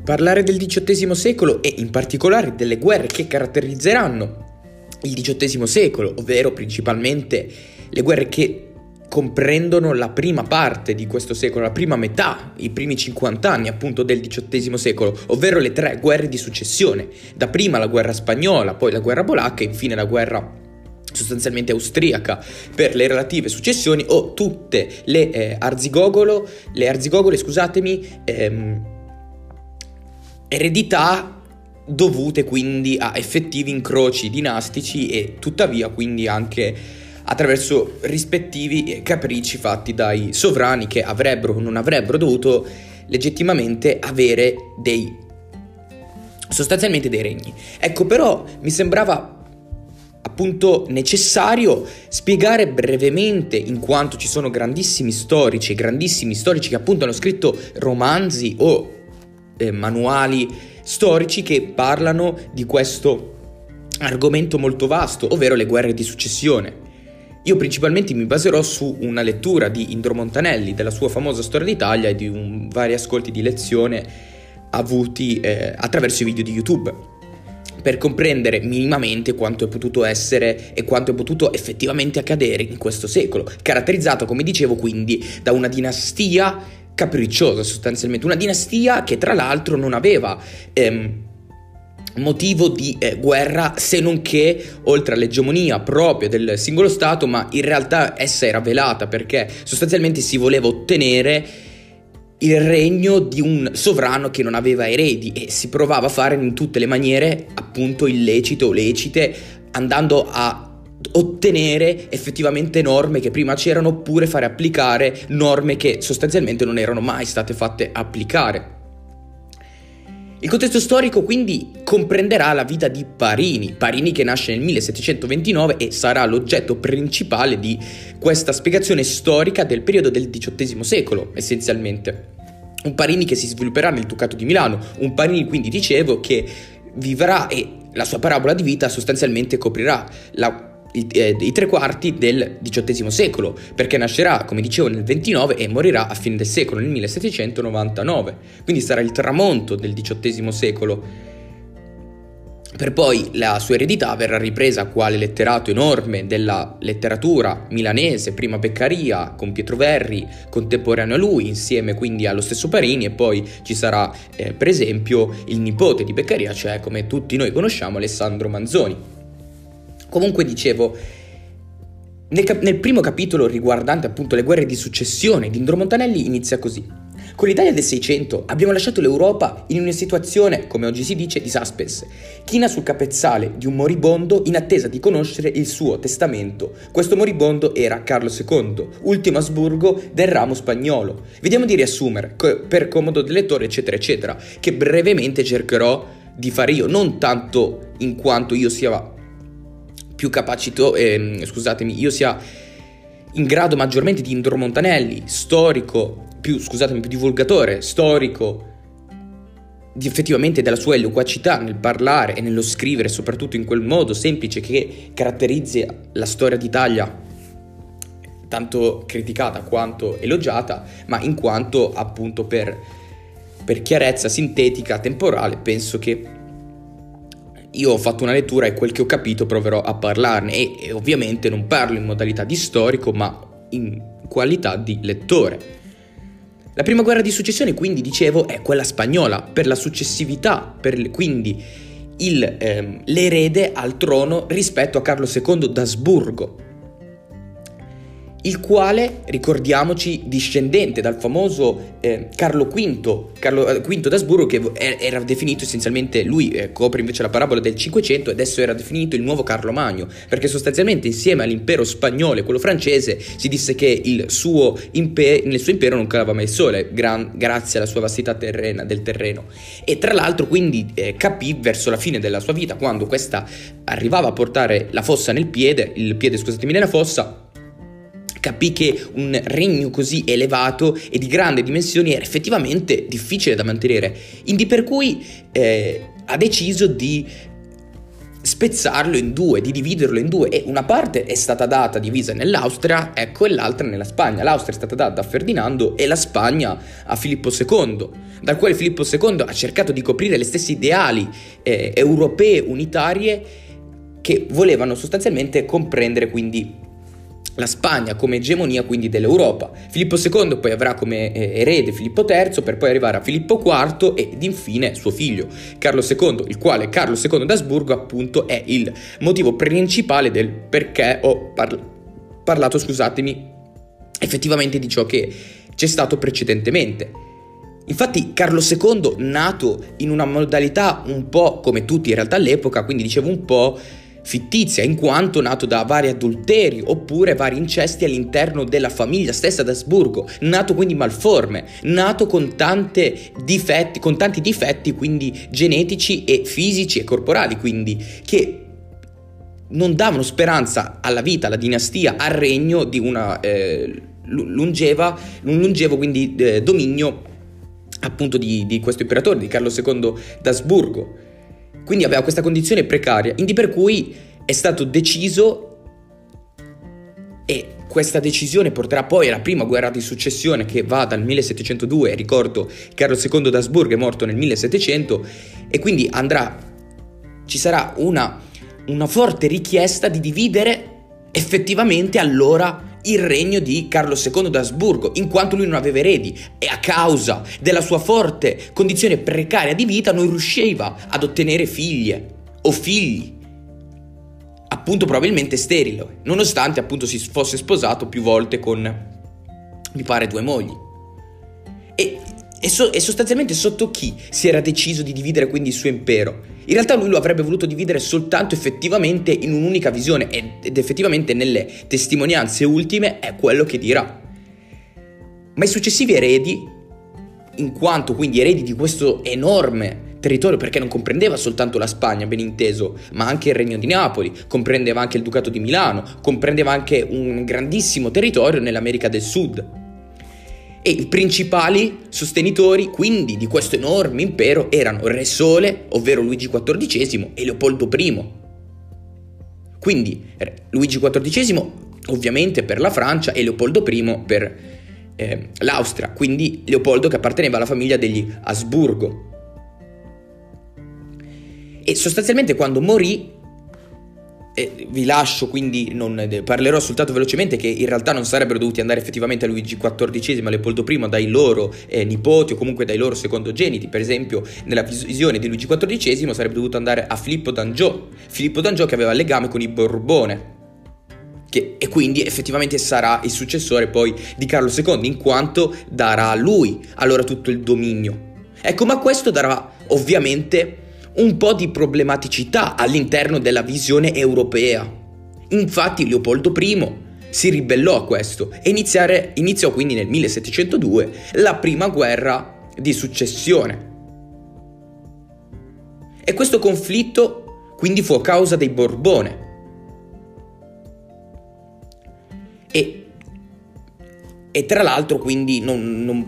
parlare del XVIII secolo e in particolare delle guerre che caratterizzeranno il XVIII secolo, ovvero principalmente le guerre che comprendono la prima parte di questo secolo, la prima metà, i primi 50 anni appunto del XVIII secolo, ovvero le 3 guerre di successione, dapprima la guerra spagnola, poi la guerra polacca e infine la guerra sostanzialmente austriaca per le relative successioni, o tutte le arzigogole, eredità dovute quindi a effettivi incroci dinastici e tuttavia quindi anche attraverso rispettivi capricci fatti dai sovrani che avrebbero o non avrebbero dovuto legittimamente avere sostanzialmente dei regni. Ecco, però mi sembrava appunto necessario spiegare brevemente, in quanto ci sono grandissimi storici che appunto hanno scritto romanzi o manuali storici che parlano di questo argomento molto vasto, ovvero le guerre di successione. Io principalmente mi baserò su una lettura di Indro Montanelli, della sua famosa Storia d'Italia e di vari ascolti di lezione avuti attraverso i video di YouTube, per comprendere minimamente quanto è potuto essere e quanto è potuto effettivamente accadere in questo secolo, caratterizzato, come dicevo, quindi da una dinastia capricciosa, sostanzialmente una dinastia che tra l'altro non aveva motivo di guerra, se non che oltre all'egemonia propria del singolo stato, ma in realtà essa era velata perché sostanzialmente si voleva ottenere il regno di un sovrano che non aveva eredi e si provava a fare in tutte le maniere appunto illecite o lecite, andando a ottenere effettivamente norme che prima c'erano oppure fare applicare norme che sostanzialmente non erano mai state fatte applicare. Il contesto storico quindi comprenderà la vita di Parini che nasce nel 1729 e sarà l'oggetto principale di questa spiegazione storica del periodo del XVIII secolo, essenzialmente. Un Parini che si svilupperà nel Ducato di Milano, un Parini quindi dicevo che vivrà e la sua parabola di vita sostanzialmente coprirà i 3/4 del XVIII secolo, perché nascerà, come dicevo, nel 29 e morirà a fine del secolo, nel 1799. Quindi sarà il tramonto del XVIII secolo, per poi la sua eredità verrà ripresa quale letterato enorme della letteratura milanese, prima Beccaria con Pietro Verri, contemporaneo a lui, insieme quindi allo stesso Parini, e poi ci sarà per esempio il nipote di Beccaria, cioè come tutti noi conosciamo Alessandro Manzoni. Comunque dicevo, nel primo capitolo riguardante appunto le guerre di successione di Indro Montanelli inizia così: con l'Italia del 600 abbiamo lasciato l'Europa in una situazione, come oggi si dice, di suspense, china sul capezzale di un moribondo in attesa di conoscere il suo testamento. Questo moribondo era Carlo II, ultimo Asburgo del ramo spagnolo. Vediamo di riassumere, per comodo del lettore, eccetera, eccetera, che brevemente cercherò di fare io, non tanto in quanto io sia più capacito, io sia in grado maggiormente di Indro Montanelli, più divulgatore storico effettivamente della sua eloquacità nel parlare e nello scrivere, soprattutto in quel modo semplice che caratterizza la storia d'Italia, tanto criticata quanto elogiata, ma in quanto appunto per chiarezza sintetica, temporale, penso che io ho fatto una lettura e quel che ho capito proverò a parlarne e ovviamente non parlo in modalità di storico ma in qualità di lettore. La prima guerra di successione, quindi dicevo, è quella spagnola, per la successività, quindi l'erede al trono rispetto a Carlo II d'Asburgo, il quale, ricordiamoci, discendente dal famoso Carlo V d'Asburgo, che era definito essenzialmente, lui copre invece la parabola del 500 ed esso era definito il nuovo Carlo Magno, perché sostanzialmente insieme all'impero spagnolo e quello francese si disse che nel suo impero non calava mai il sole, grazie alla sua vastità del terreno. E tra l'altro quindi capì verso la fine della sua vita, quando questa arrivava a portare la fossa nel piede, nella fossa, capì che un regno così elevato e di grandi dimensioni era effettivamente difficile da mantenere, per cui ha deciso di spezzarlo in due, di dividerlo in due, e una parte è stata data divisa nell'Austria, ecco, e l'altra nella Spagna. L'Austria è stata data a Ferdinando e la Spagna a Filippo II, dal quale Filippo II ha cercato di coprire le stesse ideali europee unitarie che volevano sostanzialmente comprendere quindi la Spagna come egemonia quindi dell'Europa. Filippo II poi avrà come erede Filippo III, per poi arrivare a Filippo IV ed infine suo figlio Carlo II, il quale Carlo II d'Asburgo appunto è il motivo principale del perché ho parlato, scusatemi, effettivamente di ciò che c'è stato precedentemente. Infatti Carlo II, nato in una modalità un po' come tutti in realtà all'epoca, quindi dicevo un po' fittizia, in quanto nato da vari adulteri oppure vari incesti all'interno della famiglia stessa d'Asburgo, nato quindi malforme, nato con tanti difetti quindi genetici e fisici e corporali, quindi che non davano speranza alla vita, alla dinastia, al regno di un longevo quindi dominio appunto di questo imperatore, di Carlo II d'Asburgo. Quindi aveva questa condizione precaria, quindi per cui è stato deciso, e questa decisione porterà poi alla prima guerra di successione che va dal 1702, ricordo Carlo II d'Asburgo è morto nel 1700, e quindi ci sarà una forte richiesta di dividere effettivamente allora il regno di Carlo II d'Asburgo, in quanto lui non aveva eredi e a causa della sua forte condizione precaria di vita non riusciva ad ottenere figlie o figli, appunto probabilmente sterile, nonostante appunto si fosse sposato più volte con, mi pare, 2 mogli. E sostanzialmente sotto chi si era deciso di dividere quindi il suo impero? In realtà lui lo avrebbe voluto dividere soltanto effettivamente in un'unica visione, ed effettivamente nelle testimonianze ultime è quello che dirà. Ma i successivi eredi, in quanto quindi eredi di questo enorme territorio, perché non comprendeva soltanto la Spagna, ben inteso, ma anche il Regno di Napoli, comprendeva anche il Ducato di Milano, comprendeva anche un grandissimo territorio nell'America del Sud. E i principali sostenitori quindi di questo enorme impero erano Re Sole, ovvero Luigi XIV, e Leopoldo I. Quindi Luigi XIV ovviamente per la Francia e Leopoldo I per l'Austria, quindi Leopoldo che apparteneva alla famiglia degli Asburgo. E sostanzialmente quando morì, vi lascio, quindi parlerò soltanto velocemente che in realtà non sarebbero dovuti andare effettivamente a Luigi XIV, a Leopoldo I, dai loro nipoti o comunque dai loro secondogeniti. Per esempio nella visione di Luigi XIV sarebbe dovuto andare a Filippo d'Angiò che aveva legame con i Borbone, e quindi effettivamente sarà il successore poi di Carlo II, in quanto darà a lui allora tutto il dominio. Ecco, ma questo darà ovviamente un po' di problematicità all'interno della visione europea. Infatti Leopoldo I si ribellò a questo e iniziò quindi nel 1702 la prima guerra di successione. E questo conflitto quindi fu a causa dei Borbone. E tra l'altro quindi non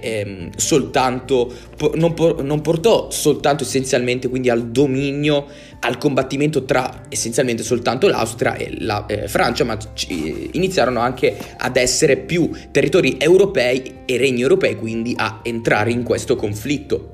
portò soltanto essenzialmente quindi al dominio, al combattimento tra essenzialmente soltanto l'Austria e la Francia, ma iniziarono anche ad essere più territori europei e regni europei quindi a entrare in questo conflitto.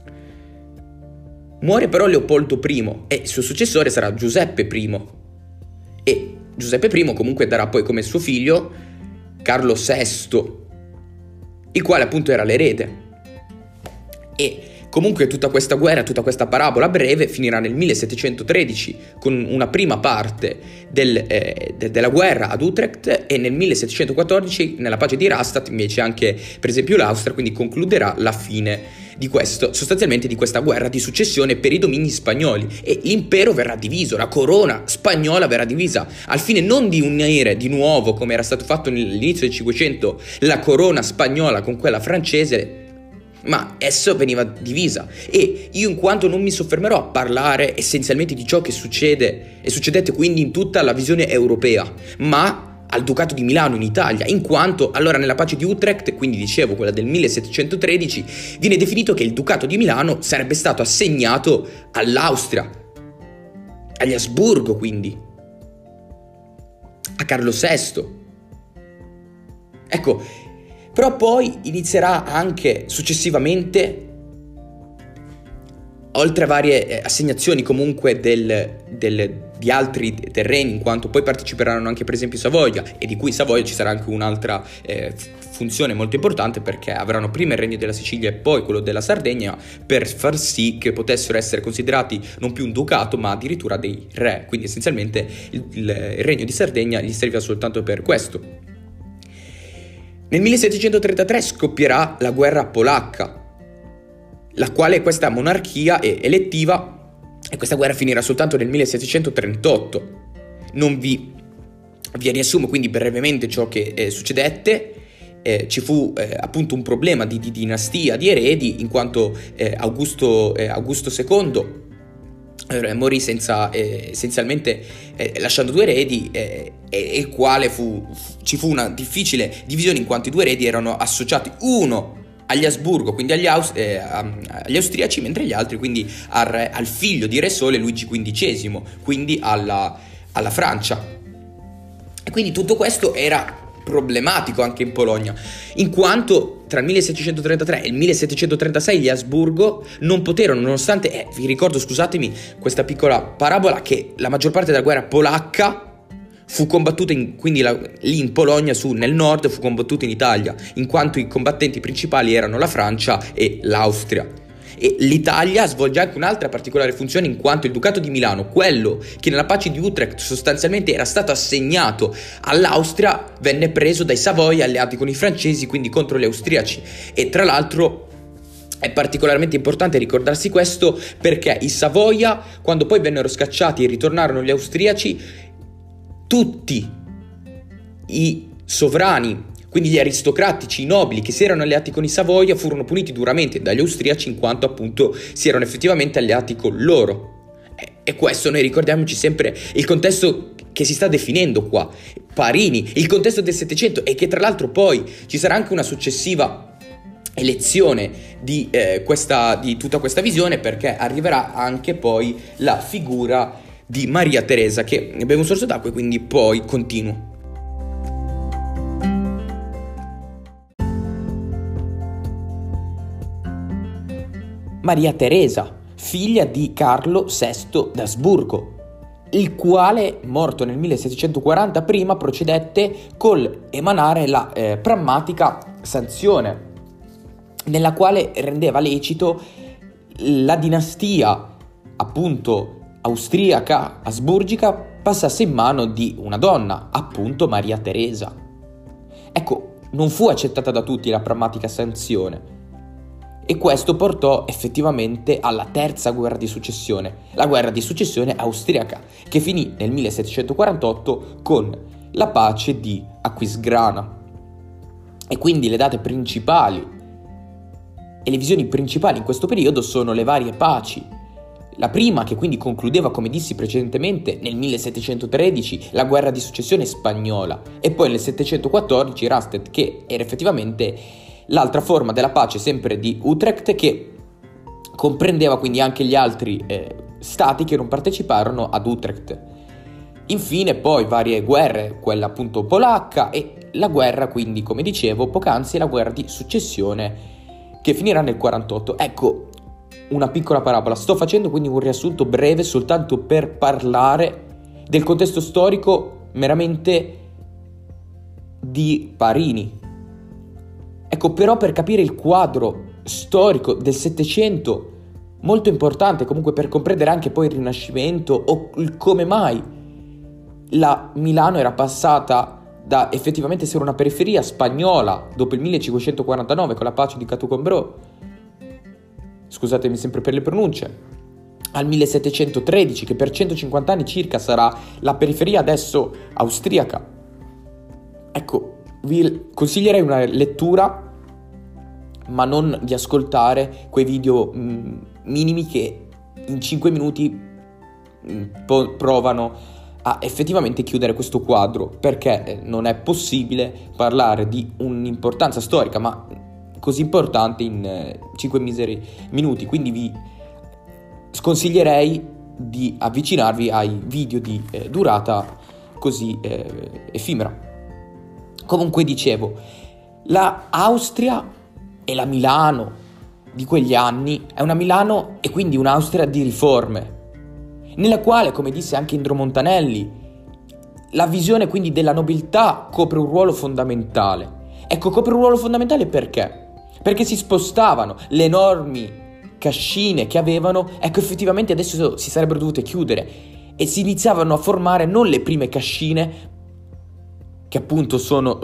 Muore però Leopoldo I e il suo successore sarà Giuseppe I, e Giuseppe I comunque darà poi come suo figlio Carlo VI, il quale appunto era l'erede. E comunque tutta questa guerra, tutta questa parabola breve finirà nel 1713 con una prima parte della guerra ad Utrecht, e nel 1714 nella pace di Rastatt invece anche per esempio l'Austria quindi concluderà la fine di questo, sostanzialmente di questa guerra di successione per i domini spagnoli, e l'impero verrà diviso, la corona spagnola verrà divisa al fine non di unire di nuovo, come era stato fatto all'inizio del Cinquecento, la corona spagnola con quella francese, ma essa veniva divisa. E io, in quanto non mi soffermerò a parlare essenzialmente di ciò che succede e succedette quindi in tutta la visione europea, ma al Ducato di Milano in Italia, in quanto allora nella pace di Utrecht, quindi dicevo quella del 1713, viene definito che il Ducato di Milano sarebbe stato assegnato all'Austria, agli Asburgo, quindi a Carlo VI. Ecco, però poi inizierà anche successivamente, oltre a varie assegnazioni comunque di altri terreni, in quanto poi parteciperanno anche per esempio Savoia, e di cui Savoia ci sarà anche un'altra funzione molto importante, perché avranno prima il regno della Sicilia e poi quello della Sardegna, per far sì che potessero essere considerati non più un ducato ma addirittura dei re. Quindi essenzialmente il regno di Sardegna gli serviva soltanto per questo. Nel 1733 scoppierà la guerra polacca, la quale questa monarchia è elettiva, e questa guerra finirà soltanto nel 1738. Non vi riassumo quindi brevemente ciò che succedette. Ci fu appunto un problema di dinastia, di eredi, in quanto Augusto II morì senza essenzialmente lasciando due eredi, e il quale ci fu una difficile divisione, in quanto i due eredi erano associati, uno agli Asburgo, quindi agli austriaci, mentre gli altri quindi al figlio di Re Sole, Luigi XV, quindi alla Francia. E quindi tutto questo era problematico anche in Polonia, in quanto tra il 1733 e il 1736 gli Asburgo non poterono, nonostante, vi ricordo, scusatemi, questa piccola parabola, che la maggior parte della guerra polacca fu combattuta quindi lì in Polonia, nel nord, fu combattuta in Italia, in quanto i combattenti principali erano la Francia e l'Austria. E l'Italia svolge anche un'altra particolare funzione, in quanto il Ducato di Milano, quello che nella pace di Utrecht sostanzialmente era stato assegnato all'Austria, venne preso dai Savoia alleati con i francesi, quindi contro gli austriaci. E tra l'altro è particolarmente importante ricordarsi questo, perché i Savoia, quando poi vennero scacciati e ritornarono gli austriaci, tutti i sovrani, quindi gli aristocratici, i nobili che si erano alleati con i Savoia, furono puniti duramente dagli austriaci, in quanto appunto si erano effettivamente alleati con loro. E questo, noi ricordiamoci sempre il contesto che si sta definendo qua, Parini, il contesto del Settecento, e che tra l'altro poi ci sarà anche una successiva elezione di tutta questa visione, perché arriverà anche poi la figura di Maria Teresa, che beve un sorso d'acqua e quindi poi continuo. Maria Teresa, figlia di Carlo VI d'Asburgo, il quale, morto nel 1740, prima procedette col emanare la Prammatica Sanzione, nella quale rendeva lecito la dinastia appunto austriaca asburgica passasse in mano di una donna, appunto Maria Teresa. Ecco, non fu accettata da tutti la Prammatica Sanzione, e questo portò effettivamente alla terza guerra di successione, la guerra di successione austriaca, che finì nel 1748 con la pace di Aquisgrana. E quindi le date principali e le visioni principali in questo periodo sono le varie paci. La prima, che quindi concludeva, come dissi precedentemente, nel 1713 la guerra di successione spagnola, e poi nel 714 Rastatt, che era effettivamente l'altra forma della pace sempre di Utrecht, che comprendeva quindi anche gli altri stati che non parteciparono ad Utrecht. Infine poi varie guerre, quella appunto polacca, e la guerra, quindi come dicevo poc'anzi, la guerra di successione che finirà nel 48. Ecco, una piccola parabola, sto facendo quindi un riassunto breve soltanto per parlare del contesto storico meramente di Parini. Ecco, però, per capire il quadro storico del Settecento, molto importante comunque per comprendere anche poi il Rinascimento, o il come mai la Milano era passata da effettivamente essere una periferia spagnola dopo il 1549 con la pace di Catucombro, scusatemi sempre per le pronunce, al 1713, che per 150 anni circa sarà la periferia adesso austriaca. Ecco, vi consiglierei una lettura, ma non di ascoltare quei video minimi che in 5 minuti provano a effettivamente chiudere questo quadro, perché non è possibile parlare di un'importanza storica ma così importante in 5 miseri minuti. Quindi vi sconsiglierei di avvicinarvi ai video di durata così effimera. Comunque dicevo, la Austria e la Milano di quegli anni è una Milano e quindi un'Austria di riforme, nella quale, come disse anche Indro Montanelli, la visione quindi della nobiltà copre un ruolo fondamentale. Ecco, copre un ruolo fondamentale perché? Perché si spostavano le enormi cascine che avevano, ecco, effettivamente adesso si sarebbero dovute chiudere e si iniziavano a formare non le prime cascine che appunto sono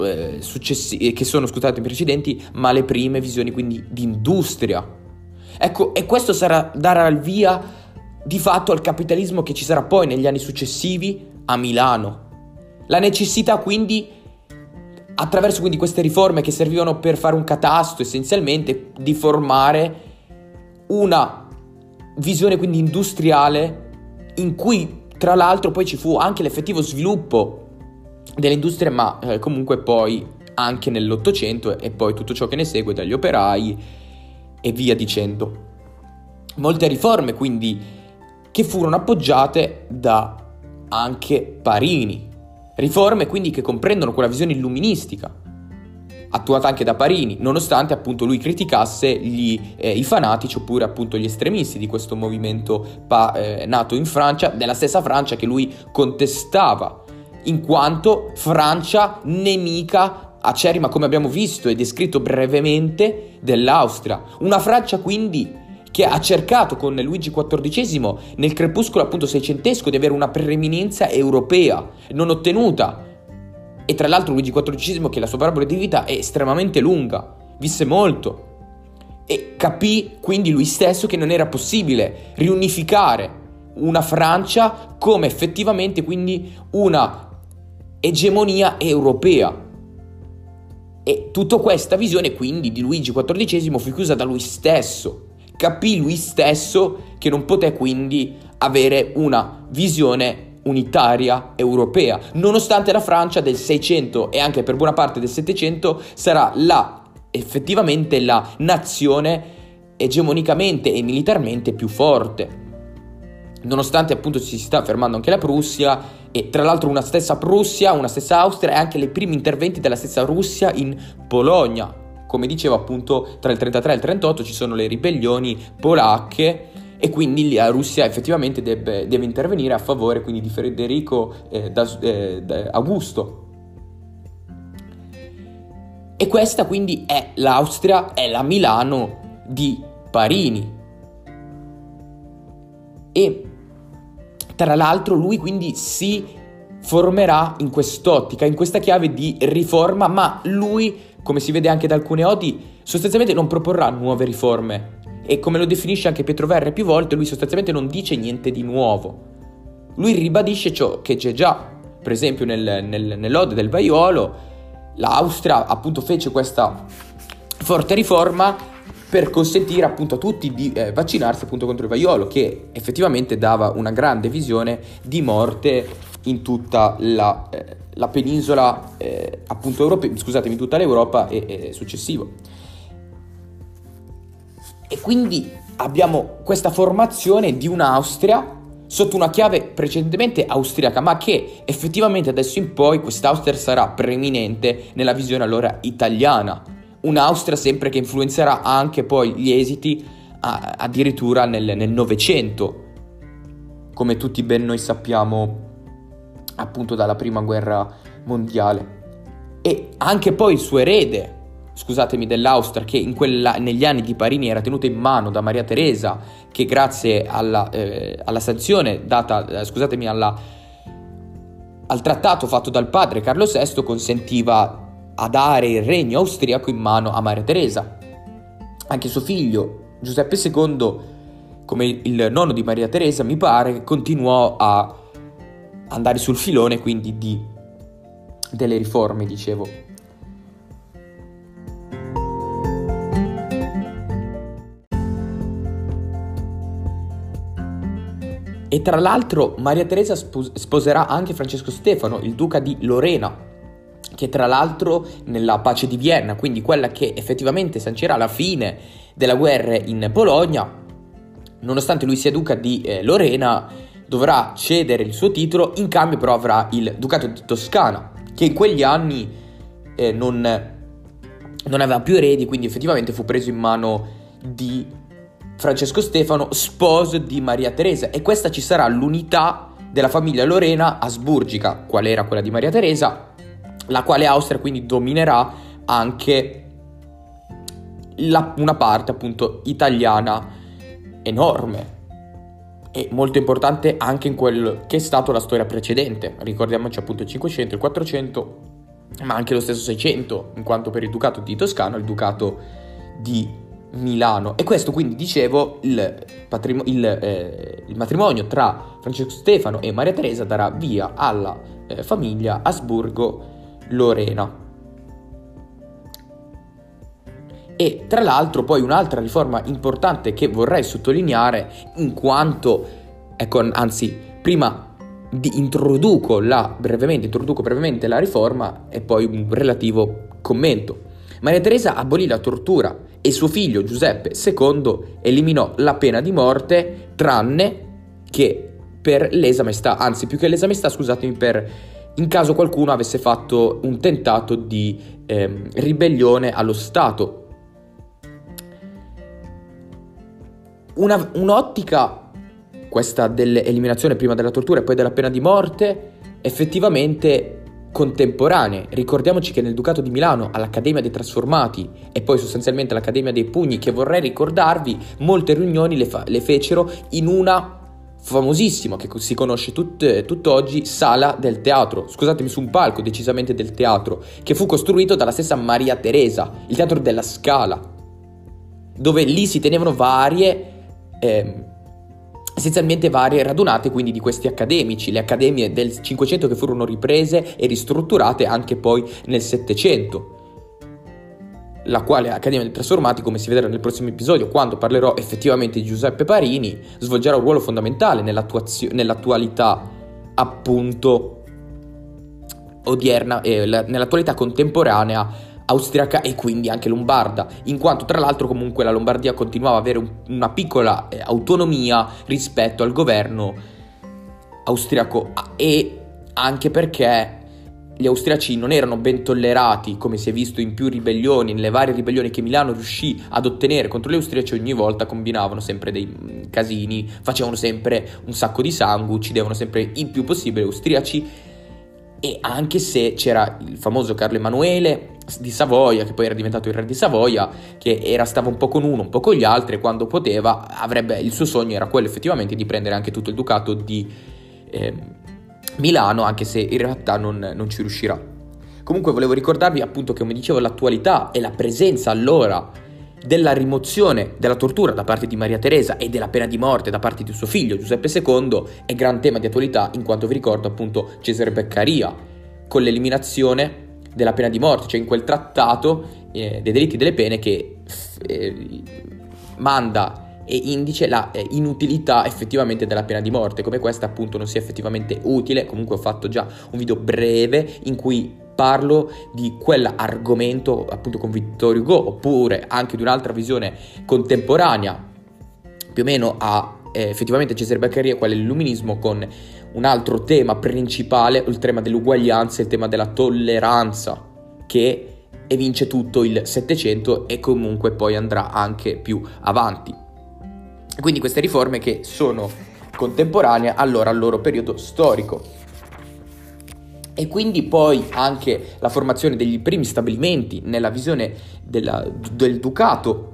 scusate, precedenti, ma le prime visioni quindi di industria. Ecco, e questo darà il via di fatto al capitalismo che ci sarà poi negli anni successivi a Milano. La necessità quindi, attraverso quindi queste riforme che servivano per fare un catasto essenzialmente, di formare una visione quindi industriale in cui tra l'altro poi ci fu anche l'effettivo sviluppo delle industrie, ma comunque poi anche nell'Ottocento e poi tutto ciò che ne segue, dagli operai e via dicendo. Molte riforme quindi che furono appoggiate da anche Parini, riforme quindi che comprendono quella visione illuministica attuata anche da Parini, nonostante appunto lui criticasse i fanatici oppure appunto gli estremisti di questo movimento nato in Francia, della stessa Francia che lui contestava, in quanto Francia nemica acerrima, come abbiamo visto e descritto brevemente, dell'Austria. Una Francia quindi che ha cercato con Luigi XIV nel crepuscolo appunto seicentesco di avere una preeminenza europea non ottenuta. E tra l'altro Luigi XIV, che la sua parabola di vita è estremamente lunga, visse molto e capì quindi lui stesso che non era possibile riunificare una Francia come effettivamente quindi una egemonia europea. E tutta questa visione quindi di Luigi XIV fu chiusa da lui stesso. Capì lui stesso che non poté quindi avere una visione unitaria europea, nonostante la Francia del 600 e anche per buona parte del 700 sarà effettivamente la nazione egemonicamente e militarmente più forte. Nonostante appunto si sta fermando anche la Prussia, e tra l'altro una stessa Prussia, una stessa Austria e anche i primi interventi della stessa Russia in Polonia. Come dicevo appunto, tra il 33 e il 38 ci sono le ribellioni polacche e quindi la Russia effettivamente deve intervenire a favore quindi di Federico Augusto. E questa quindi è l'Austria, è la Milano di Parini. E tra l'altro lui quindi si formerà in quest'ottica, in questa chiave di riforma, ma lui, come si vede anche da alcune odi, sostanzialmente non proporrà nuove riforme. E come lo definisce anche Pietro Verre più volte, lui sostanzialmente non dice niente di nuovo. Lui ribadisce ciò che c'è già. Per esempio nell'Ode del Vaiolo, l'Austria appunto fece questa forte riforma per consentire appunto a tutti di vaccinarsi appunto contro il vaiolo, che effettivamente dava una grande visione di morte in tutta la penisola appunto europea, scusatemi, tutta l'Europa e successivo. E quindi abbiamo questa formazione di un'Austria sotto una chiave precedentemente austriaca, ma che effettivamente adesso in poi quest'Austria sarà preeminente nella visione allora italiana. Un'Austria sempre che influenzerà anche poi gli esiti addirittura nel Novecento, come tutti ben noi sappiamo appunto dalla Prima Guerra Mondiale. E anche poi il suo erede, scusatemi, dell'Austria, che negli anni di Parini era tenuto in mano da Maria Teresa, che grazie alla sanzione data, al trattato fatto dal padre Carlo VI, consentiva a dare il regno austriaco in mano a Maria Teresa. Anche suo figlio Giuseppe II, come il nonno di Maria Teresa, mi pare, continuò a andare sul filone quindi delle riforme, dicevo. E tra l'altro Maria Teresa sposerà anche Francesco Stefano, il duca di Lorena, che tra l'altro nella pace di Vienna, quindi quella che effettivamente sancirà la fine della guerra in Polonia, nonostante lui sia duca di Lorena, dovrà cedere il suo titolo, in cambio però avrà il ducato di Toscana, che in quegli anni non aveva più eredi, quindi effettivamente fu preso in mano di Francesco Stefano, sposo di Maria Teresa, e questa ci sarà l'unità della famiglia Lorena asburgica, qual era quella di Maria Teresa, la quale Austria quindi dominerà anche una parte appunto italiana enorme e molto importante anche in quel che è stato la storia precedente. Ricordiamoci appunto il 500, il 400, ma anche lo stesso 600, in quanto per il ducato di Toscana, il ducato di Milano. E questo quindi, dicevo, il matrimonio tra Francesco Stefano e Maria Teresa darà via alla famiglia Asburgo-Lorena. E tra l'altro poi un'altra riforma importante che vorrei sottolineare, in quanto, prima introduco brevemente la riforma e poi un relativo commento. Maria Teresa abolì la tortura e suo figlio Giuseppe II eliminò la pena di morte, tranne che per lesa maestà, anzi più che lesa maestà, scusatemi, in caso qualcuno avesse fatto un tentato di ribellione allo Stato. Un'ottica, questa dell'eliminazione prima della tortura e poi della pena di morte, effettivamente contemporanee. Ricordiamoci che nel Ducato di Milano, all'Accademia dei Trasformati e poi sostanzialmente all'Accademia dei Pugni, che vorrei ricordarvi, molte riunioni le fecero in una famosissima, che si conosce tutt'oggi, sala del teatro, scusatemi, su un palco decisamente del teatro, che fu costruito dalla stessa Maria Teresa, il Teatro della Scala, dove lì si tenevano essenzialmente varie radunate quindi di questi accademici, le accademie del 500 che furono riprese e ristrutturate anche poi nel 700, la quale Accademia dei Trasformati, come si vedrà nel prossimo episodio, quando parlerò effettivamente di Giuseppe Parini, svolgerà un ruolo fondamentale nell'attualità appunto odierna, nell'attualità contemporanea austriaca e quindi anche lombarda, in quanto tra l'altro comunque la Lombardia continuava ad avere una piccola autonomia rispetto al governo austriaco, e anche perché gli austriaci non erano ben tollerati, come si è visto in più ribellioni, nelle varie ribellioni che Milano riuscì ad ottenere contro gli austriaci. Ogni volta combinavano sempre dei casini, facevano sempre un sacco di sangue, uccidevano sempre il più possibile austriaci. E anche se c'era il famoso Carlo Emanuele di Savoia, che poi era diventato il re di Savoia, che stava un po' con uno, un po' con gli altri, e quando poteva il suo sogno era quello effettivamente di prendere anche tutto il ducato di Milano, anche se in realtà non ci riuscirà. Comunque volevo ricordarvi appunto che, come dicevo, l'attualità e la presenza allora della rimozione della tortura da parte di Maria Teresa e della pena di morte da parte di suo figlio Giuseppe II è gran tema di attualità, in quanto vi ricordo appunto Cesare Beccaria con l'eliminazione della pena di morte, cioè in quel trattato dei delitti e delle pene che manda e indice la inutilità effettivamente della pena di morte, come questa appunto non sia effettivamente utile. Comunque ho fatto già un video breve in cui parlo di quell'argomento appunto con Victor Hugo, oppure anche di un'altra visione contemporanea più o meno a effettivamente Cesare Beccaria, quale l'illuminismo, con un altro tema principale, il tema dell'uguaglianza, il tema della tolleranza, che evince tutto il Settecento e comunque poi andrà anche più avanti. Quindi queste riforme che sono contemporanee allora al loro periodo storico. E quindi poi anche la formazione degli primi stabilimenti nella visione del ducato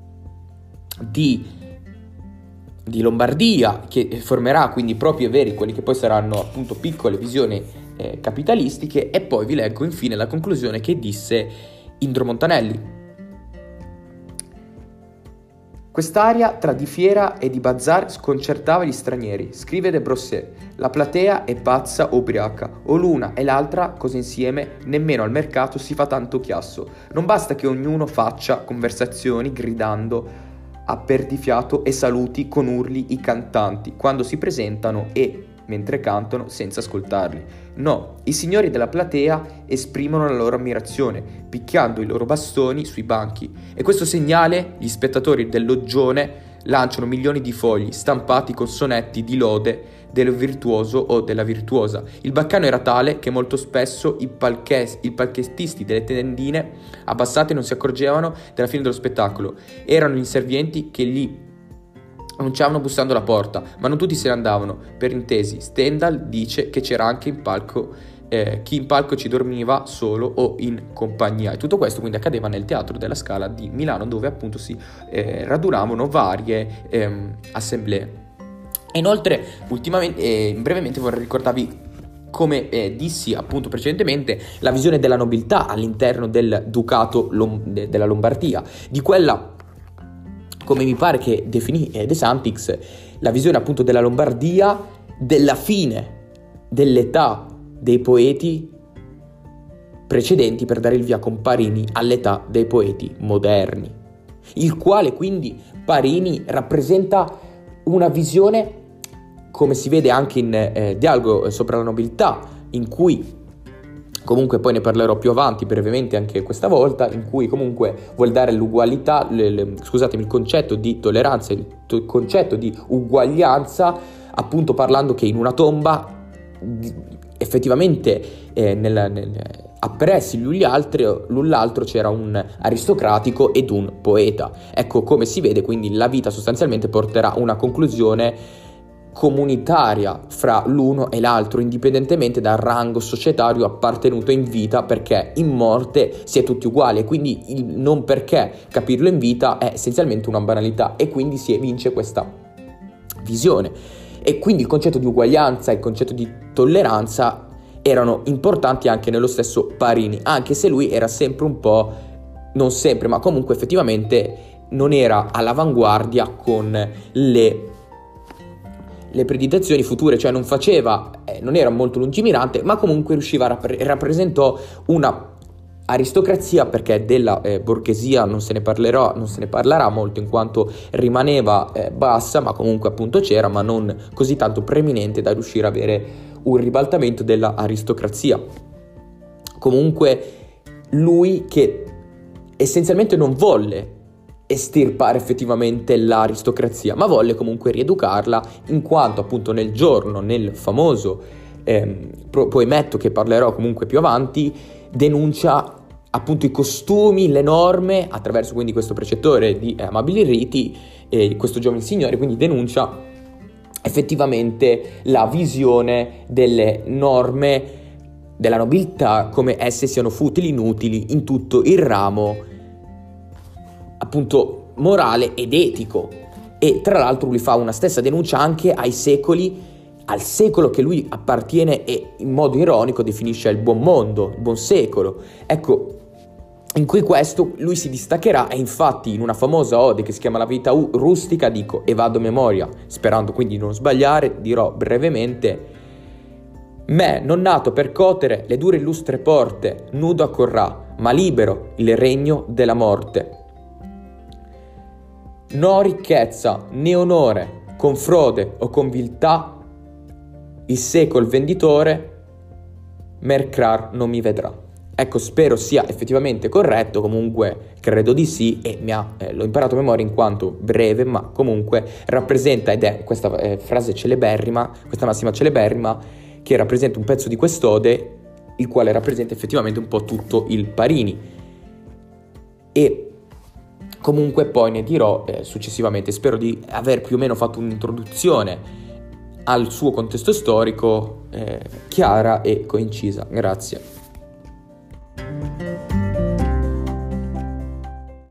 di Lombardia, che formerà quindi propri e veri quelli che poi saranno appunto piccole visioni capitalistiche. E poi vi leggo infine la conclusione che disse Indro Montanelli: quest'aria tra di fiera e di bazar sconcertava gli stranieri. Scrive De Brosset: la platea è pazza o ubriaca, o l'una e l'altra cose insieme, nemmeno al mercato si fa tanto chiasso. Non basta che ognuno faccia conversazioni gridando a perdifiato e saluti con urli i cantanti quando si presentano e mentre cantano senza ascoltarli. No, i signori della platea esprimono la loro ammirazione picchiando i loro bastoni sui banchi, e questo segnale gli spettatori del loggione lanciano milioni di fogli stampati con sonetti di lode del virtuoso o della virtuosa. Il baccano era tale che molto spesso i palchettisti delle tendine abbassate non si accorgevano della fine dello spettacolo. Erano gli inservienti che gli annunciavano bussando alla porta, ma non tutti se ne andavano. Per intesi, Stendhal dice che c'era anche in palco chi in palco ci dormiva solo o in compagnia, e tutto questo quindi accadeva nel Teatro della Scala di Milano, dove appunto si radunavano varie assemblee. E inoltre ultimamente, brevemente vorrei ricordarvi, come dissi appunto precedentemente, la visione della nobiltà all'interno del Ducato della Lombardia, di quella, come mi pare che definì De Sanctis, la visione appunto della Lombardia della fine dell'età dei poeti precedenti per dare il via con Parini all'età dei poeti moderni, il quale quindi Parini rappresenta una visione, come si vede anche in Dialogo sopra la nobiltà, in cui comunque poi ne parlerò più avanti brevemente anche questa volta, in cui comunque vuol dare l'ugualità, il concetto di tolleranza, il concetto di uguaglianza, appunto parlando che in una tomba effettivamente appressi l'un l'altro c'era un aristocratico ed un poeta. Ecco, come si vede, quindi la vita sostanzialmente porterà una conclusione comunitaria fra l'uno e l'altro, indipendentemente dal rango societario appartenuto in vita, perché in morte si è tutti uguali, e quindi il non perché capirlo in vita è essenzialmente una banalità, e quindi si evince questa visione. E quindi il concetto di uguaglianza e il concetto di tolleranza erano importanti anche nello stesso Parini, anche se lui era sempre un po', non sempre, ma comunque effettivamente non era all'avanguardia con le predicazioni future, cioè non era molto lungimirante, ma comunque rappresentò una aristocrazia, perché della borghesia non se ne parlerà molto, in quanto rimaneva bassa, ma comunque appunto c'era, ma non così tanto preminente da riuscire a avere un ribaltamento della aristocrazia. Comunque lui, che essenzialmente non volle estirpare effettivamente l'aristocrazia, ma volle comunque rieducarla, in quanto appunto nel famoso poemetto che parlerò comunque più avanti, denuncia appunto i costumi, le norme, attraverso quindi questo precettore di amabili riti, questo giovane signore quindi denuncia effettivamente la visione delle norme della nobiltà, come esse siano futili, inutili in tutto il ramo appunto morale ed etico. E tra l'altro lui fa una stessa denuncia anche al secolo che lui appartiene, e in modo ironico definisce il buon mondo, il buon secolo. Ecco, in cui questo lui si distaccherà, e infatti in una famosa ode che si chiama La vita rustica dico, e vado a memoria, sperando quindi di non sbagliare, dirò brevemente: me, non nato per cotere le dure illustre porte, nudo accorrà, ma libero il regno della morte. No ricchezza né onore, con frode o con viltà, il secol venditore mercar non mi vedrà. Ecco, spero sia effettivamente corretto, comunque credo di sì, e l'ho imparato a memoria in quanto breve, ma comunque rappresenta, ed è questa frase celeberrima, questa massima celeberrima, che rappresenta un pezzo di quest'ode, il quale rappresenta effettivamente un po' tutto il Parini. E comunque poi ne dirò successivamente. Spero di aver più o meno fatto un'introduzione al suo contesto storico chiara e concisa. Grazie.